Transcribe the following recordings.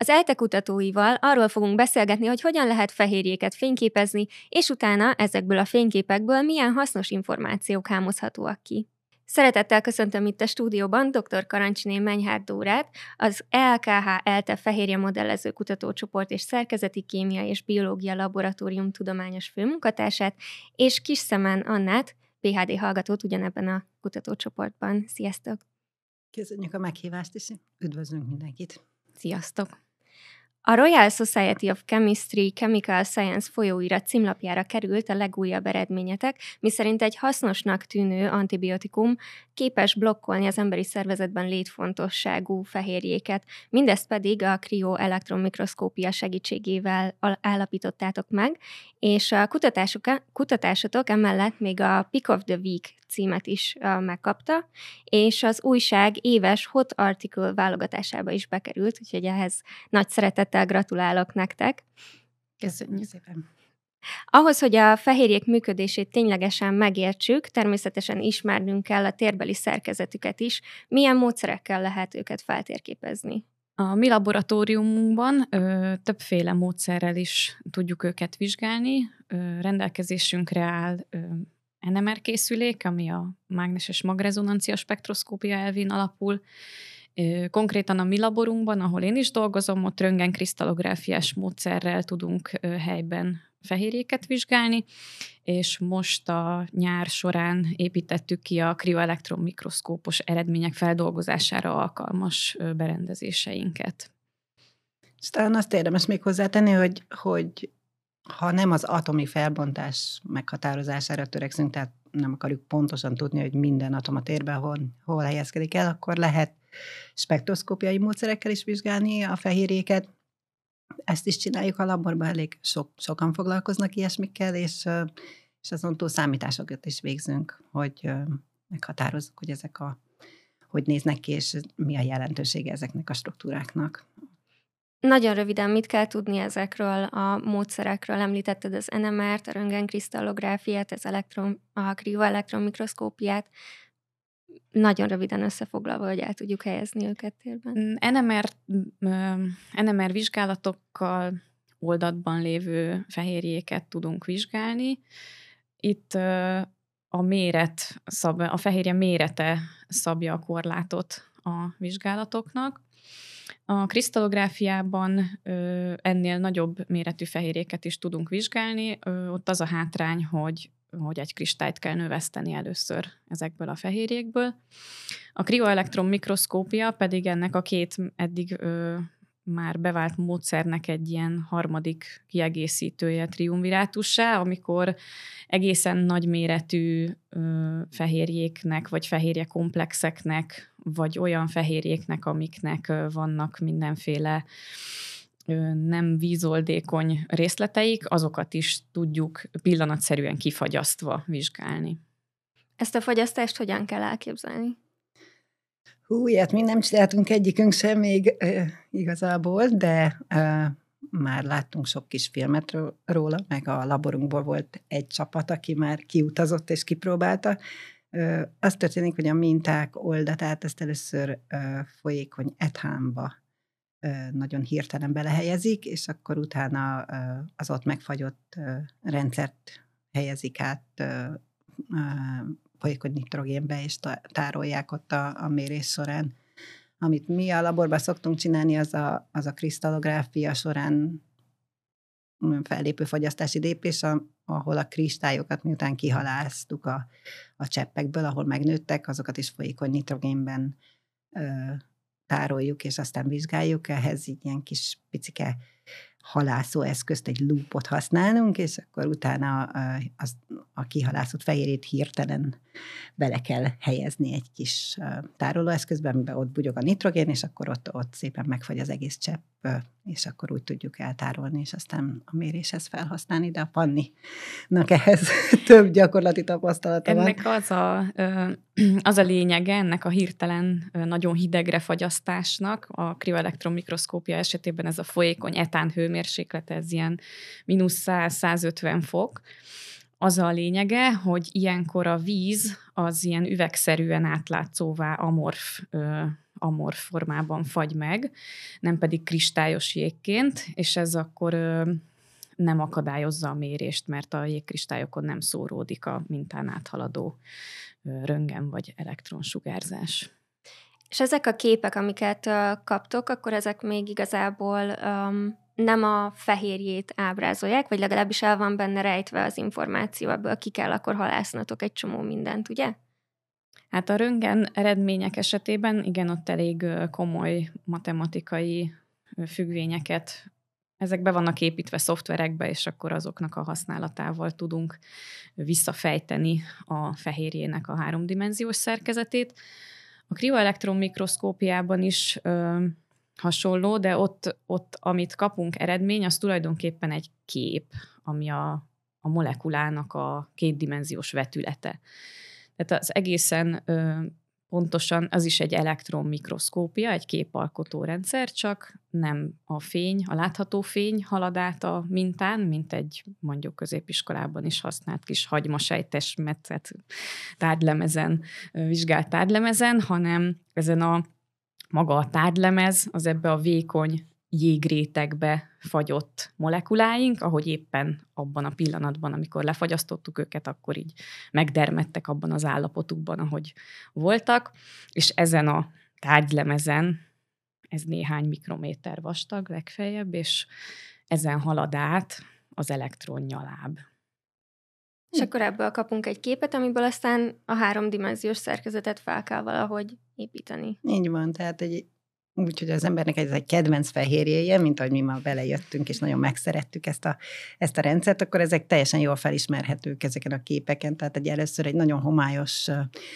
Az ELTE kutatóival arról fogunk beszélgetni, hogy hogyan lehet fehérjéket fényképezni, és utána ezekből a fényképekből milyen hasznos információk hámozhatóak ki. Szeretettel köszöntöm itt a stúdióban dr. Karancsiné Menyhárd Dórát, az ELKH ELTE fehérje modellező kutatócsoport és szerkezeti kémia és biológia laboratórium tudományos főmunkatársát, és Kisszemen Annát, PhD hallgatót ugyanebben a kutatócsoportban. Sziasztok! Köszönjük a meghívást, és üdvözlünk mindenkit! Sziasztok! A Royal Society of Chemistry Chemical Science folyóirat címlapjára került a legújabb eredményetek, miszerint egy hasznosnak tűnő antibiotikum képes blokkolni az emberi szervezetben létfontosságú fehérjéket, mindezt pedig a krioelektronmikroszkópia segítségével állapítottátok meg, és a kutatásotok emellett még a Pick of the Week címet is megkapta, és az újság éves Hot Article válogatásába is bekerült, úgyhogy ehhez nagy szeretettel gratulálok nektek. Köszönjük szépen! Ahhoz, hogy a fehérjék működését ténylegesen megértsük, természetesen ismernünk kell a térbeli szerkezetüket is. Milyen módszerekkel lehet őket feltérképezni? A mi laboratóriumunkban többféle módszerrel is tudjuk őket vizsgálni. Rendelkezésünkre áll NMR készülék, ami a mágneses magrezonancia spektroszkópia elvén alapul. Konkrétan a mi laborunkban, ahol én is dolgozom, ott röntgenkrisztallográfiás módszerrel tudunk helyben fehérjéket vizsgálni, és most a nyár során építettük ki a krioelektronmikroszkópos eredmények feldolgozására alkalmas berendezéseinket. És talán azt érdemes még hozzátenni, hogy ha nem az atomi felbontás meghatározására törekszünk, tehát nem akarjuk pontosan tudni, hogy minden atom a térben hol helyezkedik el, akkor lehet spektroszkópiai módszerekkel is vizsgálni a fehérjéket. Ezt is csináljuk a laborban, elég sokan foglalkoznak ilyesmikkel, és azon túl számításokat is végzünk, hogy meghatározzuk, hogy hogy néznek ki, és mi a jelentősége ezeknek a struktúráknak. Nagyon röviden mit kell tudni ezekről a módszerekről? Említetted az NMR-t, a röntgenkrisztallográfiát, a krioelektronmikroszkópiát. Nagyon röviden összefoglalva, hogy el tudjuk helyezni őket térben. NMR vizsgálatokkal oldatban lévő fehérjéket tudunk vizsgálni. Itt a fehérje mérete szabja a korlátot a vizsgálatoknak. A krisztallográfiában ennél nagyobb méretű fehérjéket is tudunk vizsgálni. Ott az a hátrány, hogy egy kristályt kell növeszteni először ezekből a fehérjékből. A krioelektronmikroszkópia pedig ennek a két eddig már bevált módszernek egy ilyen harmadik kiegészítője, triumvirátussá, amikor egészen nagyméretű fehérjéknek, vagy fehérjekomplexeknek, vagy olyan fehérjéknek, amiknek vannak mindenféle nem vízoldékony részleteik, azokat is tudjuk pillanatszerűen kifagyasztva vizsgálni. Ezt a fagyasztást hogyan kell elképzelni? Ilyet mi nem csináltunk egyikünk sem még igazából, de már láttunk sok kis filmet róla, meg a laborunkból volt egy csapat, aki már kiutazott és kipróbálta. Az történik, hogy a minták oldatát ezt először folyékony ethánba nagyon hirtelen belehelyezik, és akkor utána az ott megfagyott rendszert helyezik át folyékony nitrogénbe, és tárolják ott a mérés során. Amit mi a laborban szoktunk csinálni, az a krisztallográfia során fellépő fagyasztási lépés, ahol a kristályokat miután kihaláztuk a cseppekből, ahol megnőttek, azokat is folyékony nitrogénben tároljuk, és aztán vizsgáljuk. Ehhez így ilyen kis picike halászóeszközt, egy lúpot használunk, és akkor utána a kihalászott fehérjét hirtelen bele kell helyezni egy kis tárolóeszközbe, amiben ott bugyog a nitrogén, és akkor ott szépen megfagy az egész csepp, és akkor úgy tudjuk eltárolni, és aztán a méréshez felhasználni, de a Panninak ehhez több gyakorlati tapasztalata van. Ennek az a lényege, ennek a hirtelen nagyon hidegre fagyasztásnak, a krioelektronmikroszkópia esetében ez a folyékony etán hőmérséklete, ez ilyen -100-150 fok. Az a lényege, hogy ilyenkor a víz az ilyen üvegszerűen átlátszóvá, amorf amorf formában fagy meg, nem pedig kristályos jégként, és ez akkor nem akadályozza a mérést, mert a jégkristályokon nem szóródik a mintán áthaladó röntgen vagy elektronsugárzás. És ezek a képek, amiket kaptok, akkor ezek még igazából nem a fehérjét ábrázolják, vagy legalábbis el van benne rejtve az információ, ebből ki kell akkor halásznatok egy csomó mindent, ugye? Hát a röntgen eredmények esetében igen, ott elég komoly matematikai függvényeket, ezek be vannak építve szoftverekbe, és akkor azoknak a használatával tudunk visszafejteni a fehérjének a háromdimenziós szerkezetét. A krioelektron mikroszkópiában is hasonló, de ott, amit kapunk eredmény, az tulajdonképpen egy kép, ami a molekulának a kétdimenziós vetülete. Tehát az egészen pontosan az is egy elektronmikroszkópia, egy képalkotó rendszer, csak nem a fény, a látható fény halad át a mintán, mint egy mondjuk középiskolában is használt kis hagymasejtes metszet tárgylemezen, vizsgált tárgylemezen, hanem ezen maga a tárgylemez, az ebbe a vékony jégrétegbe fagyott molekuláink, ahogy éppen abban a pillanatban, amikor lefagyasztottuk őket, akkor így megdermedtek abban az állapotukban, ahogy voltak, és ezen a tárgylemezen, ez néhány mikrométer vastag legfeljebb, és ezen halad át az elektronnyaláb. És akkor ebből kapunk egy képet, amiből aztán a háromdimenziós szerkezetet fel kell valahogy építeni. Így van, tehát úgyhogy az embernek ez egy kedvenc fehérjéje, mint ahogy mi ma belejöttünk, és nagyon megszerettük ezt a rendszert, akkor ezek teljesen jól felismerhetők ezeken a képeken. Tehát először egy nagyon homályos,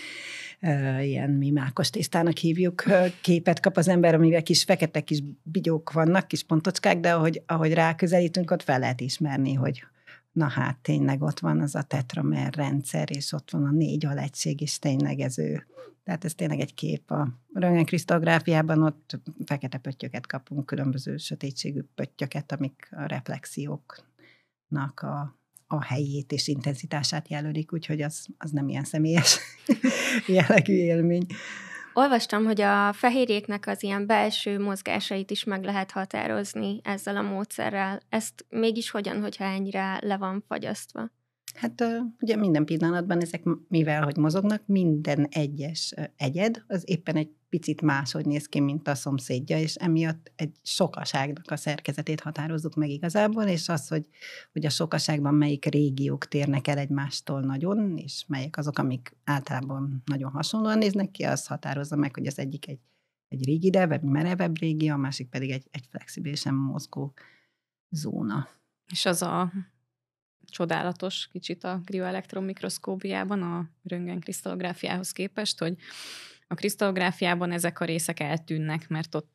ilyen mi mákos tésztának hívjuk, képet kap az ember, amivel kis fekete kis bigyók vannak, kis pontocskák, de ahogy ráközelítünk, ott fel lehet ismerni, hogy na hát tényleg ott van az a tetramer rendszer, és ott van a 4 alegység, és tényleg ez ő. Tehát ez tényleg egy kép. A röntgenkrisztallográfiában ott fekete pöttyöket kapunk, különböző sötétségű pöttyöket, amik a reflexióknak a helyét és intenzitását jelölik, úgyhogy az nem ilyen személyes jellegű élmény. Olvastam, hogy a fehérjéknek az ilyen belső mozgásait is meg lehet határozni ezzel a módszerrel. Ezt mégis hogyan, hogyha ennyire le van fagyasztva? Hát ugye minden pillanatban ezek, mivel hogy mozognak, minden egyes egyed, az éppen egy picit máshogy néz ki, mint a szomszédja, és emiatt egy sokaságnak a szerkezetét határozzuk meg igazából, és az, hogy a sokaságban melyik régiók térnek el egymástól nagyon, és melyek azok, amik általában nagyon hasonlóan néznek ki, az határozza meg, hogy az egyik egy rigidebb, vagy merevebb régió, a másik pedig egy flexibilisen mozgó zóna. És az a csodálatos kicsit a krioelektron mikroszkópiában, a röntgenkrisztallográfiához képest, hogy a krisztallográfiában ezek a részek eltűnnek, mert ott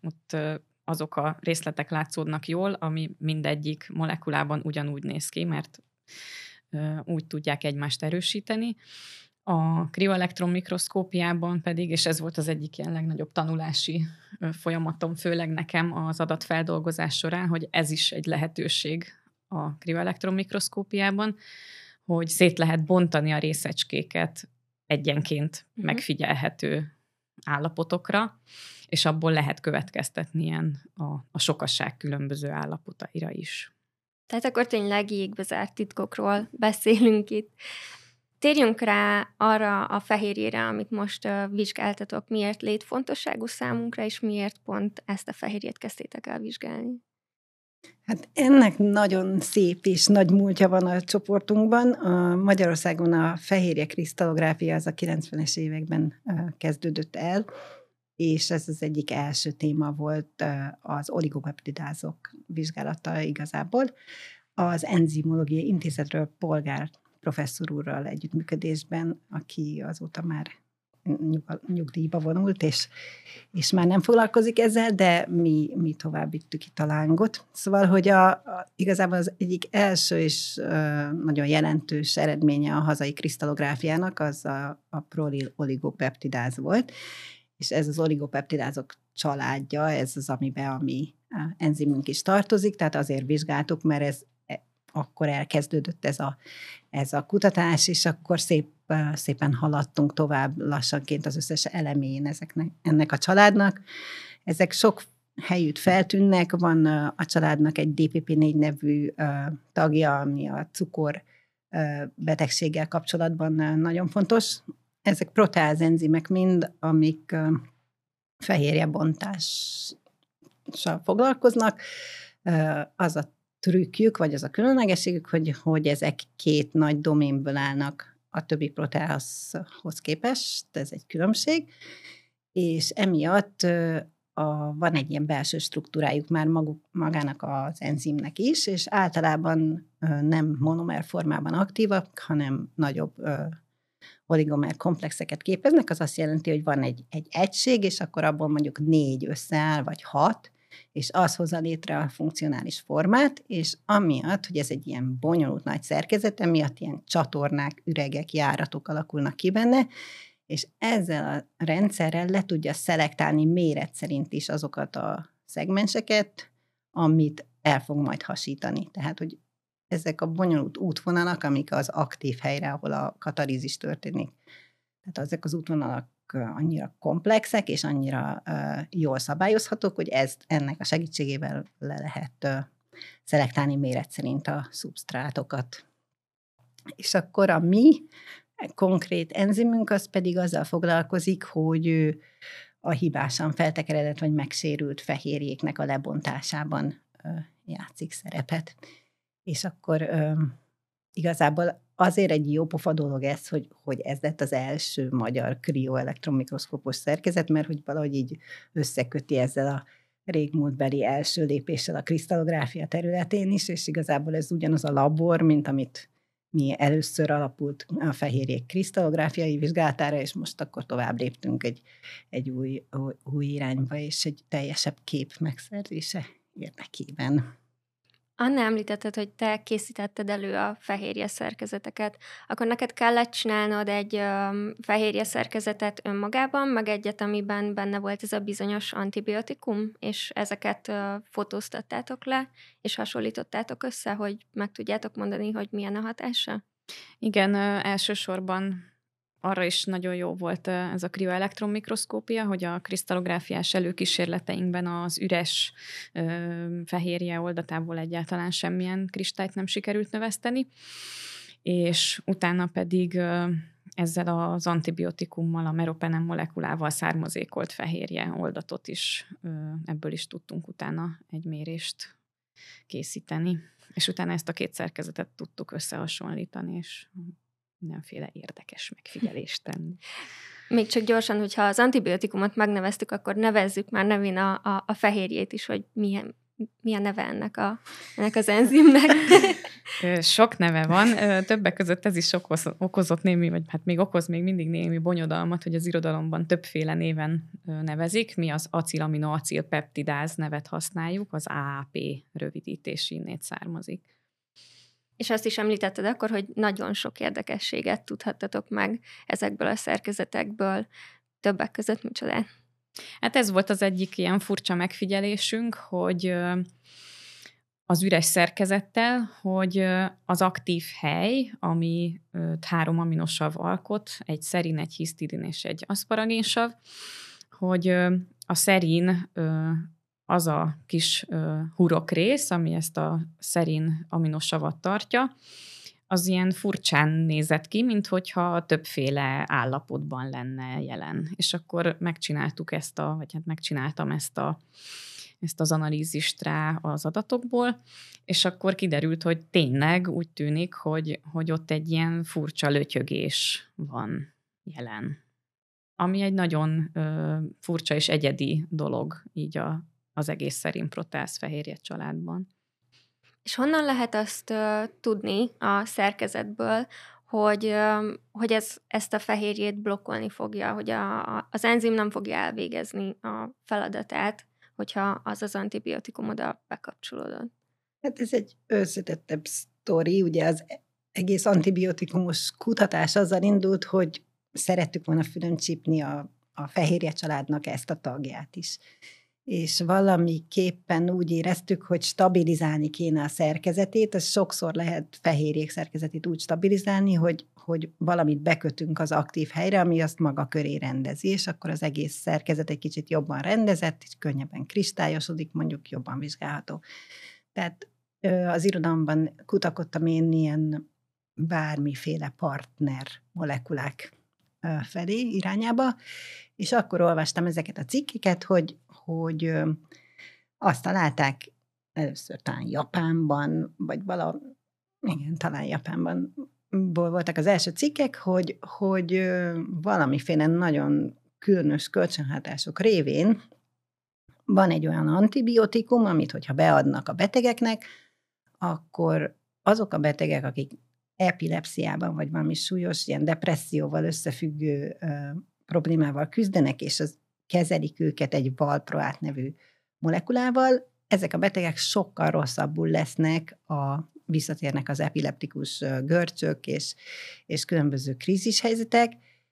azok a részletek látszódnak jól, ami mindegyik molekulában ugyanúgy néz ki, mert úgy tudják egymást erősíteni. A krioelektron mikroszkópiában pedig, és ez volt az egyik ilyen legnagyobb tanulási folyamatom, főleg nekem az adatfeldolgozás során, hogy ez is egy lehetőség a krioelektron mikroszkópiában, hogy szét lehet bontani a részecskéket egyenként megfigyelhető állapotokra, és abból lehet következtetni ilyen a sokaság különböző állapotaira is. Tehát akkor tényleg jégbe zárt titkokról beszélünk itt. Térjünk rá arra a fehérjére, amit most vizsgáltatok, miért létfontosságú számunkra, és miért pont ezt a fehérjét kezdtétek el vizsgálni. Hát ennek nagyon szép és nagy múltja van a csoportunkban. Magyarországon a fehérje krisztallográfia az a 90-es években kezdődött el, és ez az egyik első téma volt az oligopeptidázok vizsgálata igazából. Az Enzimológiai Intézetről Polgár professzor úrral együttműködésben, aki azóta már nyugdíjba vonult, és már nem foglalkozik ezzel, de mi tovább vittük itt a lángot. Szóval, hogy igazából az egyik első és nagyon jelentős eredménye a hazai krisztallográfiának az a prolil oligopeptidáz volt, és ez az oligopeptidázok családja, ez az, amiben a mi enzimünk is tartozik, tehát azért vizsgáltuk, mert ez akkor elkezdődött ez a kutatás, és akkor szépen haladtunk tovább lassanként az összes elemén ennek a családnak. Ezek sok helyütt feltűnnek, van a családnak egy DPP4 nevű tagja, ami a cukor betegséggel kapcsolatban nagyon fontos. Ezek proteáz enzimek mind, amik fehérjebontással foglalkoznak. Az a trükkjük, vagy az a különlegességük, hogy ezek két nagy doménből állnak a többi proteázhoz képest, ez egy különbség, és emiatt van egy ilyen belső struktúrájuk már magának az enzimnek is, és általában nem monomer formában aktívak, hanem nagyobb oligomer komplexeket képeznek. Az azt jelenti, hogy van egy egység, és akkor abból mondjuk 4 összeáll, vagy 6, és az hozza létre a funkcionális formát, és amiatt, hogy ez egy ilyen bonyolult nagy szerkezet, emiatt ilyen csatornák, üregek, járatok alakulnak ki benne, és ezzel a rendszerrel le tudja szelektálni méret szerint is azokat a szegmenseket, amit el fog majd hasítani. Tehát, hogy ezek a bonyolult útvonalak, amik az aktív helyre, ahol a katarízis történik. Tehát ezek az útvonalak annyira komplexek, és annyira jól szabályozhatók, hogy ennek a segítségével le lehet szelektálni méret szerint a szubsztrátokat. És akkor a mi konkrét enzimünk az pedig azzal foglalkozik, hogy a hibásan feltekeredett vagy megsérült fehérjéknek a lebontásában játszik szerepet. És akkor igazából azért egy jópofa dolog ez, hogy ez lett az első magyar krioelektronmikroszkópos szerkezet, mert hogy valahogy így összeköti ezzel a régmúltbeli első lépéssel a krisztallográfia területén is, és igazából ez ugyanaz a labor, mint amit mi először alapult a fehérjék krisztallográfiai vizsgálatára, és most akkor tovább léptünk egy új irányba, és egy teljesebb kép megszerzése érdekében. Anna, említetted, hogy te készítetted elő a fehérje szerkezeteket, akkor neked kellett csinálnod egy fehérje szerkezetet önmagában, meg egyet, amiben benne volt ez a bizonyos antibiotikum, és ezeket fotóztattátok le, és hasonlítottátok össze, hogy meg tudjátok mondani, hogy milyen a hatása? Igen, elsősorban arra is nagyon jó volt ez a krioelektronmikroszkópia, hogy a krisztallográfiás előkísérleteinkben az üres fehérje oldatából egyáltalán semmilyen kristályt nem sikerült növeszteni, és utána pedig ezzel az antibiotikummal, a meropenem molekulával származékolt fehérje oldatot is, ebből is tudtunk utána egy mérést készíteni, és utána ezt a két szerkezetet tudtuk összehasonlítani, és mindenféle érdekes megfigyelést tenni. Még csak gyorsan, hogyha az antibiotikumot megneveztük, akkor nevezzük már nevén a fehérjét is, hogy mi a neve ennek az enzimnek. Sok neve van, többek között ez is okozott némi, vagy hát még okoz még mindig némi bonyodalmat, hogy az irodalomban többféle néven nevezik. Mi az acilaminoacilpeptidáz nevet használjuk, az AAP rövidítés innét származik. És azt is említetted akkor, hogy nagyon sok érdekességet tudhattatok meg ezekből a szerkezetekből, többek között micsoda? Hát ez volt az egyik ilyen furcsa megfigyelésünk, hogy az üres szerkezettel, hogy az aktív hely, ami 3 aminosav alkot, egy szerin, egy hisztidin és egy aszparagénsav, hogy a szerin az a kis hurokrész, ami ezt a szerin aminosavat tartja, az ilyen furcsán nézett ki, minthogyha többféle állapotban lenne jelen. És akkor megcsináltuk megcsináltam ezt az analízist rá az adatokból, és akkor kiderült, hogy tényleg úgy tűnik, hogy ott egy ilyen furcsa lötyögés van jelen. Ami egy nagyon furcsa és egyedi dolog így az egész szerin proteáz fehérje családban. És honnan lehet azt tudni a szerkezetből, hogy ezt a fehérjét blokkolni fogja, hogy az enzim nem fogja elvégezni a feladatát, hogyha az antibiotikum oda bekapcsolódott? Hát ez egy összetettebb sztori, ugye az egész antibiotikumos kutatás azzal indult, hogy szerettük volna külön csípni a fehérje családnak ezt a tagját is. és valamiképpen úgy éreztük, hogy stabilizálni kéne a szerkezetét, ez sokszor lehet fehérjék szerkezetét úgy stabilizálni, hogy valamit bekötünk az aktív helyre, ami azt maga köré rendezi, és akkor az egész szerkezet egy kicsit jobban rendezett, és könnyebben kristályosodik, mondjuk jobban vizsgálható. Tehát az irodalomban kutakodtam én ilyen bármiféle partner molekulák felé, irányába, és akkor olvastam ezeket a cikkeket, hogy azt találták először talán Japánban, vagy igen, talán Japánban voltak az első cikkek, hogy valamiféle nagyon különös kölcsönhatások révén van egy olyan antibiotikum, amit hogyha beadnak a betegeknek, akkor azok a betegek, akik epilepsziában, vagy valami súlyos, ilyen depresszióval összefüggő problémával küzdenek, és az kezelik őket egy valproát nevű molekulával, ezek a betegek sokkal rosszabbul lesznek, visszatérnek az epileptikus görcsök és különböző krízishelyzetek,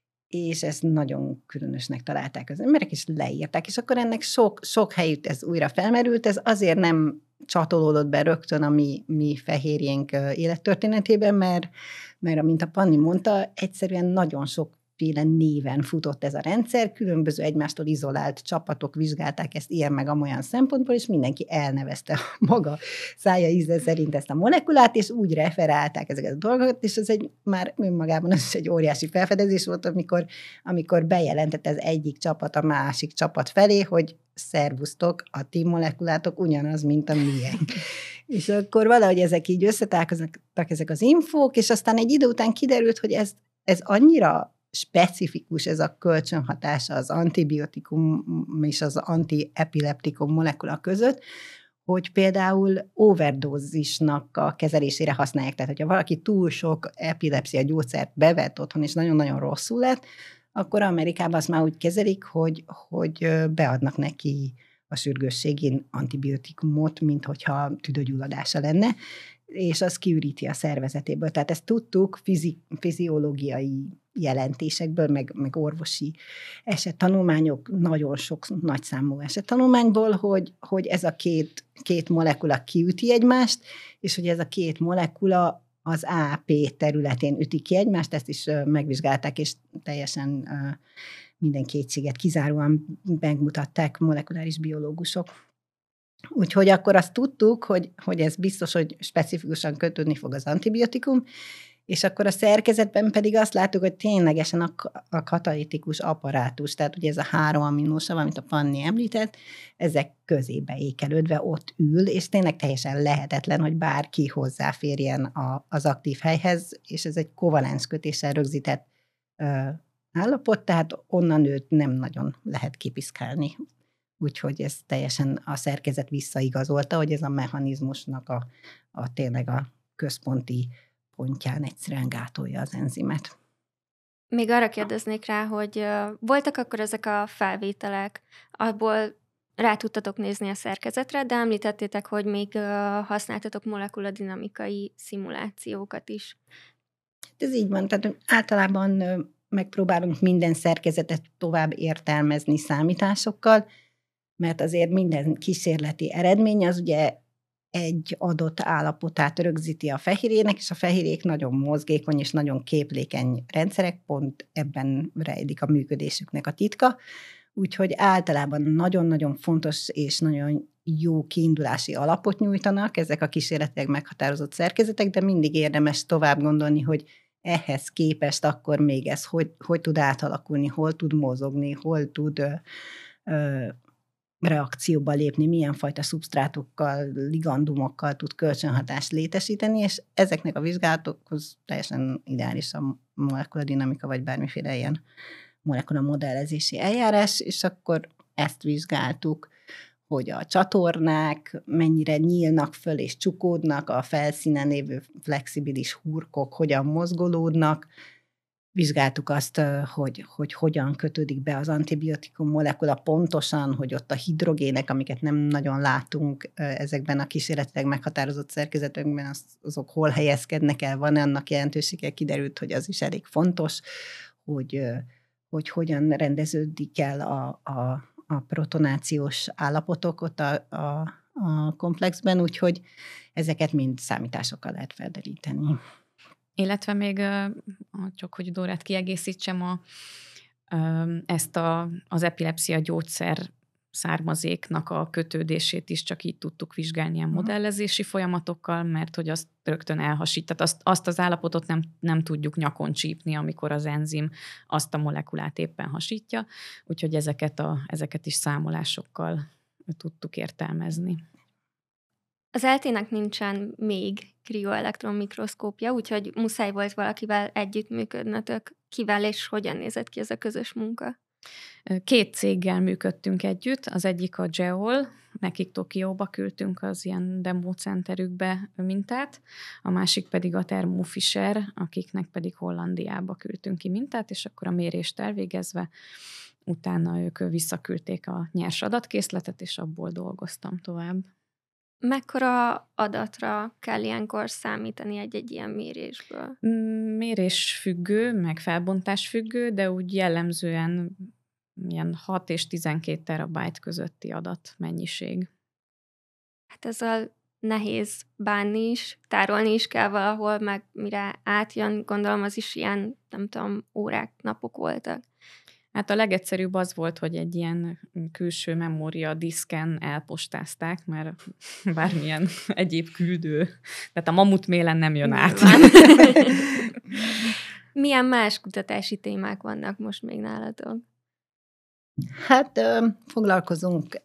és ezt nagyon különösnek találták az emberek, és leírták, és akkor ennek sok helyütt ez újra felmerült, ez azért nem csatolódott be rögtön a mi fehérjénk élettörténetében, mert amint a Panni mondta, egyszerűen nagyon sokféle néven futott ez a rendszer, különböző egymástól izolált csapatok vizsgálták ezt ilyen meg amolyan szempontból, és mindenki elnevezte maga szája íze szerint ezt a molekulát, és úgy referálták ezeket a dolgokat, és ez már önmagában az egy óriási felfedezés volt, amikor bejelentett az egyik csapat a másik csapat felé, hogy szervusztok, a ti molekulátok ugyanaz, mint a miénk. És akkor valahogy ezek így összetálkoztak ezek az infók, és aztán egy idő után kiderült, hogy ez annyira specifikus ez a kölcsönhatása az antibiotikum és az antiepileptikum molekula között, hogy például overdózisnak a kezelésére használják. Tehát, hogyha valaki túl sok epilepszia gyógyszert bevett otthon, és nagyon-nagyon rosszul lett, akkor Amerikában azt már úgy kezelik, hogy beadnak neki a sürgősségén antibiotikumot, mint hogyha tüdőgyulladása lenne, és az kiüríti a szervezetéből. Tehát ezt tudtuk fiziológiai jelentésekből, meg orvosi esettanulmányok, nagyon sok nagyszámú esettanulmányból, hogy ez a két molekula kiüti egymást, és hogy ez a két molekula az AP területén üti ki egymást, ezt is megvizsgálták, és teljesen minden kétséget kizáróan megmutatták molekuláris biológusok. Úgyhogy akkor azt tudtuk, hogy ez biztos, hogy specifikusan kötődni fog az antibiotikum, és akkor a szerkezetben pedig azt láttuk, hogy ténylegesen a katalitikus apparátus, tehát ugye ez a 3 aminósav, amit a Panni említett, ezek közébe ékelődve ott ül, és tényleg teljesen lehetetlen, hogy bárki hozzáférjen az aktív helyhez, és ez egy kovalens kötéssel rögzített állapot, tehát onnan őt nem nagyon lehet kipiszkálni. Úgyhogy ez teljesen a szerkezet visszaigazolta, hogy ez a mechanizmusnak tényleg a központi pontján egyszerűen gátolja az enzimet. Még arra kérdeznék rá, hogy voltak akkor ezek a felvételek, abból rá tudtatok nézni a szerkezetre, de említettétek, hogy még használtatok molekuladinamikai szimulációkat is. Ez így van, tehát általában megpróbálunk minden szerkezetet tovább értelmezni számításokkal, mert azért minden kísérleti eredmény az ugye egy adott állapotát rögzíti a fehérjének, és a fehérjék nagyon mozgékony és nagyon képlékeny rendszerek, pont ebben rejlik a működésüknek a titka. Úgyhogy általában nagyon-nagyon fontos és nagyon jó kiindulási alapot nyújtanak ezek a kísérletileg meghatározott szerkezetek, de mindig érdemes tovább gondolni, hogy ehhez képest akkor még ez hogy tud átalakulni, hol tud mozogni, hol tud reakcióba lépni, milyen fajta szubsztrátokkal, ligandumokkal tud kölcsönhatást létesíteni, és ezeknek a vizsgálatokhoz teljesen ideális a molekuladinamika, vagy bármiféle ilyen molekulamodellezési eljárás, és akkor ezt vizsgáltuk, hogy a csatornák mennyire nyílnak föl és csukódnak, a felszínen lévő flexibilis hurkok hogyan mozgolódnak. Vizsgáltuk azt, hogy hogyan kötődik be az antibiotikum molekula pontosan, hogy ott a hidrogének, amiket nem nagyon látunk ezekben a kísérletileg meghatározott szerkezetekben, azok hol helyezkednek el, van annak jelentősége, kiderült, hogy az is elég fontos, hogy hogyan rendeződik el a protonációs állapotok ott a komplexben, úgyhogy ezeket mind számításokkal lehet felderíteni. Illetve még, csak hogy Dórát kiegészítsem, ezt az epilepszia gyógyszer származéknak a kötődését is csak így tudtuk vizsgálni a modellezési folyamatokkal, mert hogy azt rögtön elhasít. Tehát azt az állapotot nem tudjuk nyakon csípni, amikor az enzim azt a molekulát éppen hasítja, úgyhogy ezeket is számolásokkal tudtuk értelmezni. Az ELTE-nek nincsen még krioelektron mikroszkópja, úgyhogy muszáj volt valakivel együttműködnötök. Kivel és hogyan nézett ki ez a közös munka? 2 céggel működtünk együtt, az egyik a Geol, nekik Tokióba küldtünk az ilyen demócenterükbe mintát, a másik pedig a Thermo Fisher, akiknek pedig Hollandiába küldtünk ki mintát, és akkor a mérést elvégezve utána ők visszaküldték a nyers adatkészletet, és abból dolgoztam tovább. Mekkora adatra kell ilyenkor számítani egy ilyen mérésből? Mérés függő, meg felbontás függő, de úgy jellemzően ilyen 6 és 12 terabyte közötti adatmennyiség. Hát ezzel nehéz bánni is, tárolni is kell valahol, meg mire átjön, gondolom az is ilyen, nem tudom, órák, napok voltak. Hát a legegyszerűbb az volt, hogy egy ilyen külső memória diszken elpostázták, mert bármilyen egyéb küldő, tehát a mamutmélen nem jön át. Milyen más kutatási témák vannak most még nálatok? Hát foglalkozunk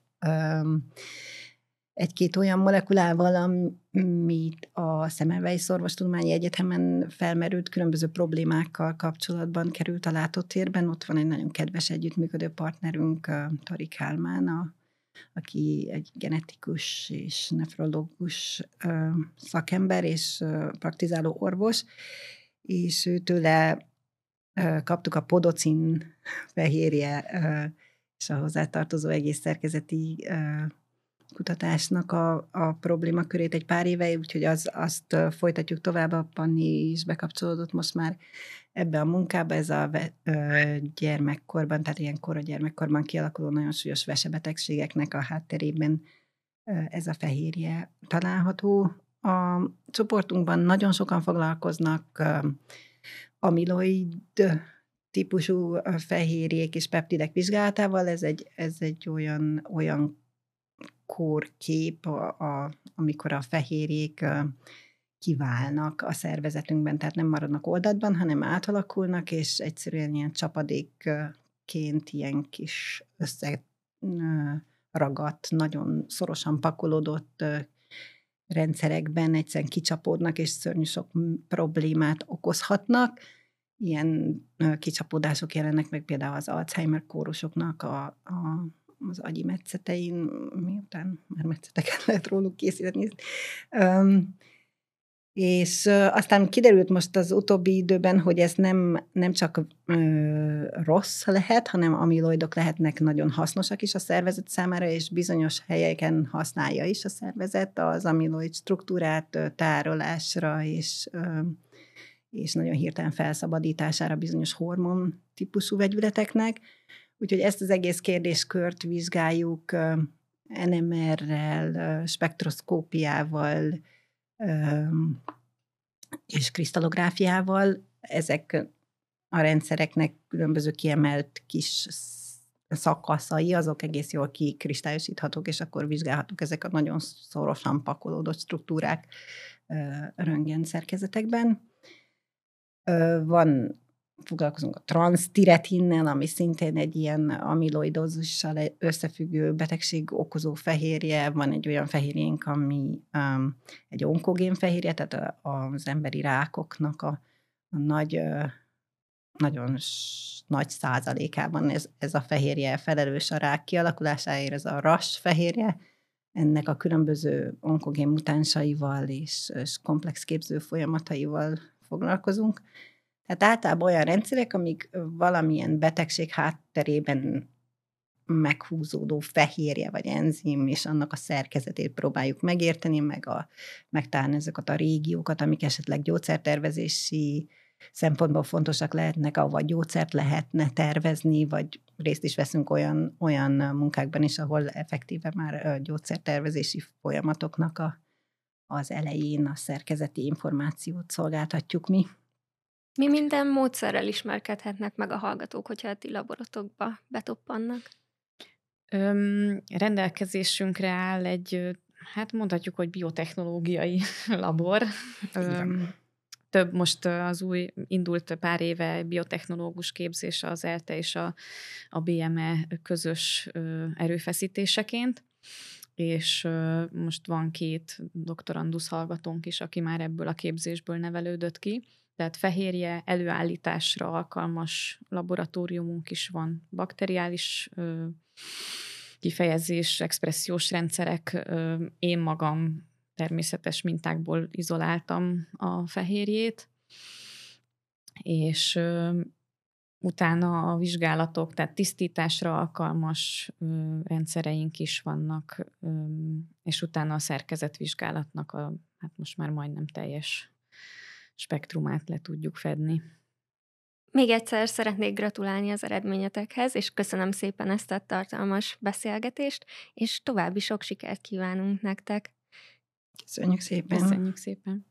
egy-két olyan molekulával, amit a Semmelweis Orvostudományi Egyetemen felmerült különböző problémákkal kapcsolatban került a látótérben. Ott van egy nagyon kedves együttműködő partnerünk, Tori Kálmán, aki egy genetikus és nefrológus szakember és praktizáló orvos, és őtőle kaptuk a podocin fehérje és a hozzátartozó egész szerkezeti kutatásnak a problémakörét egy pár éve, úgyhogy azt folytatjuk tovább, a Panni is bekapcsolódott most már ebbe a munkába, ez a gyermekkorban, tehát ilyen kora gyermekkorban kialakuló nagyon súlyos vesebetegségeknek a hátterében ez a fehérje található. A csoportunkban nagyon sokan foglalkoznak amiloid típusú fehérjék és peptidek vizsgálatával, ez egy olyan kórkép, amikor a fehérjék kiválnak a szervezetünkben, tehát nem maradnak oldatban, hanem átalakulnak, és egyszerűen ilyen csapadékként ilyen kis összeragadt, nagyon szorosan pakolódott rendszerekben egyszerűen kicsapódnak, és szörnyű sok problémát okozhatnak. Ilyen kicsapódások jelennek meg például az Alzheimer kórusoknak az agyi metszetein, miután már metszeteket lehet róluk készíteni. És aztán kiderült most az utóbbi időben, hogy ez nem csak rossz lehet, hanem amiloidok lehetnek nagyon hasznosak is a szervezet számára, és bizonyos helyeken használja is a szervezet az amiloid struktúrát tárolásra, és nagyon hirtelen felszabadítására bizonyos hormon típusú vegyületeknek. Úgyhogy ezt az egész kérdéskört vizsgáljuk NMR-rel, spektroszkópiával és krisztallográfiával. Ezek a rendszereknek különböző kiemelt kis szakaszai, azok egész jól kikristályosíthatók, és akkor vizsgálhatók ezek a nagyon szorosan pakolódott struktúrák röntgen szerkezetekben. Foglalkozunk a transztiretinnel, ami szintén egy ilyen amiloidózussal összefüggő betegség okozó fehérje. Van egy olyan fehérjénk, ami egy onkogén fehérje, tehát az emberi rákoknak a nagyon nagy százalékában ez a fehérje felelős a rák kialakulásáért, ez a RAS fehérje. Ennek a különböző onkogén mutánsaival és komplex képző folyamataival foglalkozunk. Tehát általában olyan rendszerek, amik valamilyen betegség hátterében meghúzódó fehérje vagy enzim, és annak a szerkezetét próbáljuk megérteni, megtalálni ezeket a régiókat, amik esetleg gyógyszertervezési szempontból fontosak lehetnek, vagy gyógyszert lehetne tervezni, vagy részt is veszünk olyan munkákban is, ahol effektíve már gyógyszertervezési folyamatoknak az elején a szerkezeti információt szolgáltatjuk mi. Mi minden módszerrel ismerkedhetnek meg a hallgatók, hogyha a ti laboratokba betoppannak? Rendelkezésünkre áll egy, hát mondhatjuk, hogy biotechnológiai labor. Több most az új indult pár éve biotechnológus képzés az ELTE és a BME közös erőfeszítéseként, és most van 2 doktorandusz hallgatónk is, aki már ebből a képzésből nevelődött ki. Tehát fehérje előállításra alkalmas laboratóriumunk is van, bakteriális kifejezés, expressziós rendszerek. Én magam természetes mintákból izoláltam a fehérjét, és utána a vizsgálatok, tehát tisztításra alkalmas rendszereink is vannak, és utána a szerkezetvizsgálatnak hát most már majdnem teljes spektrumát le tudjuk fedni. Még egyszer szeretnék gratulálni az eredményetekhez, és köszönöm szépen ezt a tartalmas beszélgetést, és további sok sikert kívánunk nektek. Köszönjük szépen! Köszönjük szépen!